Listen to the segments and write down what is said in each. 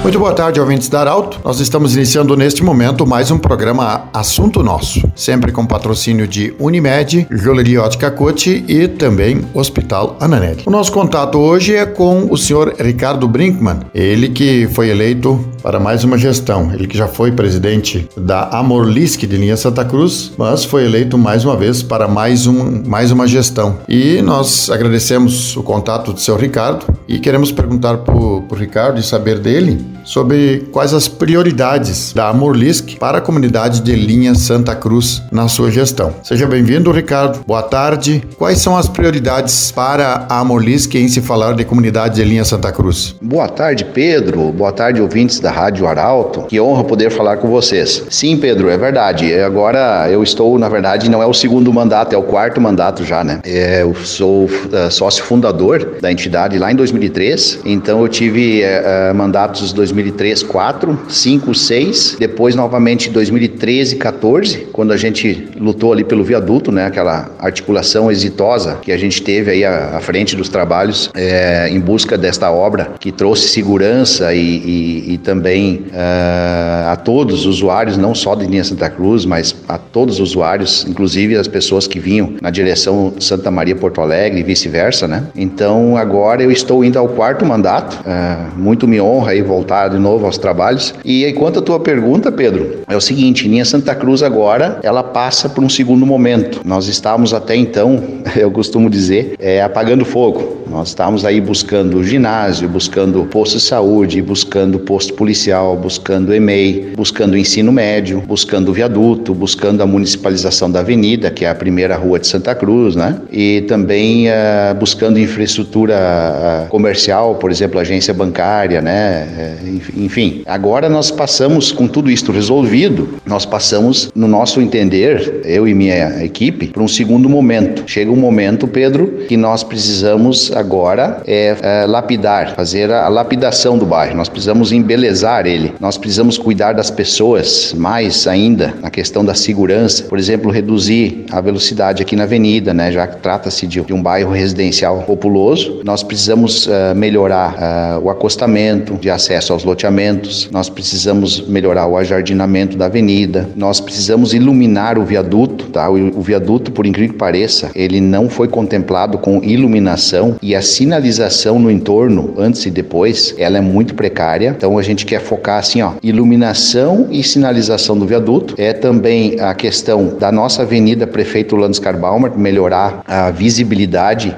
Muito boa tarde, ouvintes da Arauto. Nós estamos iniciando neste momento mais um programa Assunto Nosso, sempre com patrocínio de Unimed, Joalheria Ótica Cote e também Hospital Ananelli. O nosso contato hoje é com o senhor Ricardo Brinkmann, ele que foi eleito para mais uma gestão, ele que já foi presidente da Amorlisc de Linha Santa Cruz, mas foi eleito mais uma vez para mais uma gestão. E nós agradecemos o contato do senhor Ricardo e queremos perguntar para o Ricardo e saber dele sobre quais as prioridades da Amorlisc para a comunidade de Linha Santa Cruz na sua gestão. Seja bem-vindo, Ricardo. Boa tarde. Quais são as prioridades para a Amorlisc em se falar de comunidade de Linha Santa Cruz? Boa tarde, Pedro. Boa tarde, ouvintes da Rádio Arauto. Que honra poder falar com vocês. Sim, Pedro, é verdade. Agora eu estou, na verdade, não é o segundo mandato, é o quarto mandato já, né? Eu sou sócio fundador da entidade lá em 2003, então eu tive mandatos 2003, 4, 5, 6, depois novamente 2013, 14, quando a gente lutou ali pelo viaduto, né, aquela articulação exitosa que a gente teve aí à frente dos trabalhos em busca desta obra que trouxe segurança e também a todos os usuários, não só de Linha Santa Cruz, mas a todos os usuários, inclusive as pessoas que vinham na direção Santa Maria Porto Alegre e vice-versa, né? Então agora eu estou indo ao quarto mandato, muito me honra aí voltar de novo aos trabalhos. E aí, quanto à tua pergunta, Pedro, é o seguinte: Linha Santa Cruz agora, ela passa por um segundo momento. Nós estávamos até então, eu costumo dizer, apagando fogo. Nós estávamos aí buscando ginásio, buscando posto de saúde, buscando posto policial, buscando EMEI, buscando ensino médio, buscando viaduto, buscando a municipalização da avenida, que é a primeira rua de Santa Cruz, né? E também buscando infraestrutura comercial, por exemplo, agência bancária, né? Enfim, agora nós passamos, com tudo isso resolvido, nós passamos, no nosso entender, eu e minha equipe, para um segundo momento. Chega um momento, Pedro, que nós precisamos agora lapidar, fazer a lapidação do bairro. Nós precisamos embelezar ele. Nós precisamos cuidar das pessoas, mais ainda na questão da segurança. Por exemplo, reduzir a velocidade aqui na avenida, né? Já que trata-se de um bairro residencial populoso, nós precisamos melhorar o acostamento de acesso aos loteamentos, nós precisamos melhorar o ajardinamento da avenida, nós precisamos iluminar o viaduto, tá? O viaduto, por incrível que pareça, ele não foi contemplado com iluminação e a sinalização no entorno, antes e depois, ela é muito precária. Então a gente quer focar assim, iluminação e sinalização do viaduto. É também a questão da nossa avenida Prefeito Landescar Baumer, melhorar a visibilidade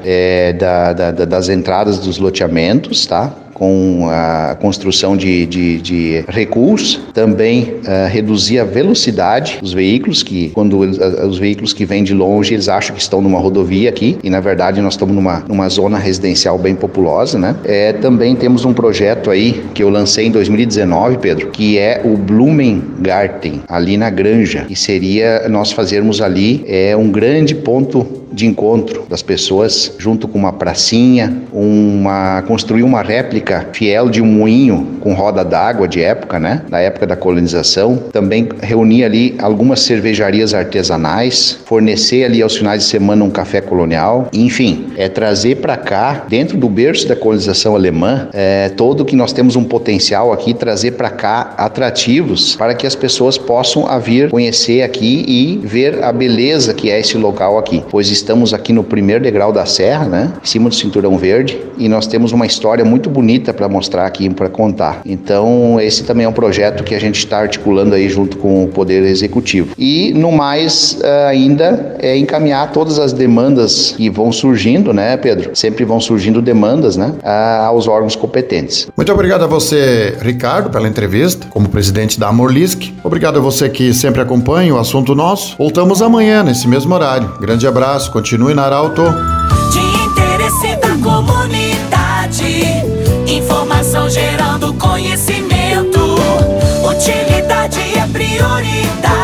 das entradas dos loteamentos, tá? Com a construção de recuos, também reduzir a velocidade dos veículos, que quando os veículos que vêm de longe, eles acham que estão numa rodovia aqui, e na verdade nós estamos numa zona residencial bem populosa, né? Também temos um projeto aí, que eu lancei em 2019, Pedro, que é o Blumengarten, ali na Granja, que seria nós fazermos ali um grande ponto de encontro das pessoas, junto com uma pracinha, construir uma réplica fiel de um moinho com roda d'água de época, né? Da época da colonização. Também reunir ali algumas cervejarias artesanais, fornecer ali aos finais de semana um café colonial. Enfim, trazer para cá, dentro do berço da colonização alemã, todo que nós temos um potencial aqui, trazer para cá atrativos para que as pessoas possam vir conhecer aqui e ver a beleza que é esse local aqui. Pois estamos aqui no primeiro degrau da serra, né? Em cima do Cinturão Verde, e nós temos uma história muito bonita para mostrar aqui, para contar. Então, esse também é um projeto que a gente está articulando aí junto com o Poder Executivo. E, no mais, ainda encaminhar todas as demandas que vão surgindo, né, Pedro? Sempre vão surgindo demandas, né, aos órgãos competentes. Muito obrigado a você, Ricardo, pela entrevista, como presidente da Amorlisc. Obrigado a você que sempre acompanha o Assunto Nosso. Voltamos amanhã, nesse mesmo horário. Grande abraço, continue na Arauto. De interesse da comunidade, informação gerando conhecimento, utilidade é prioridade.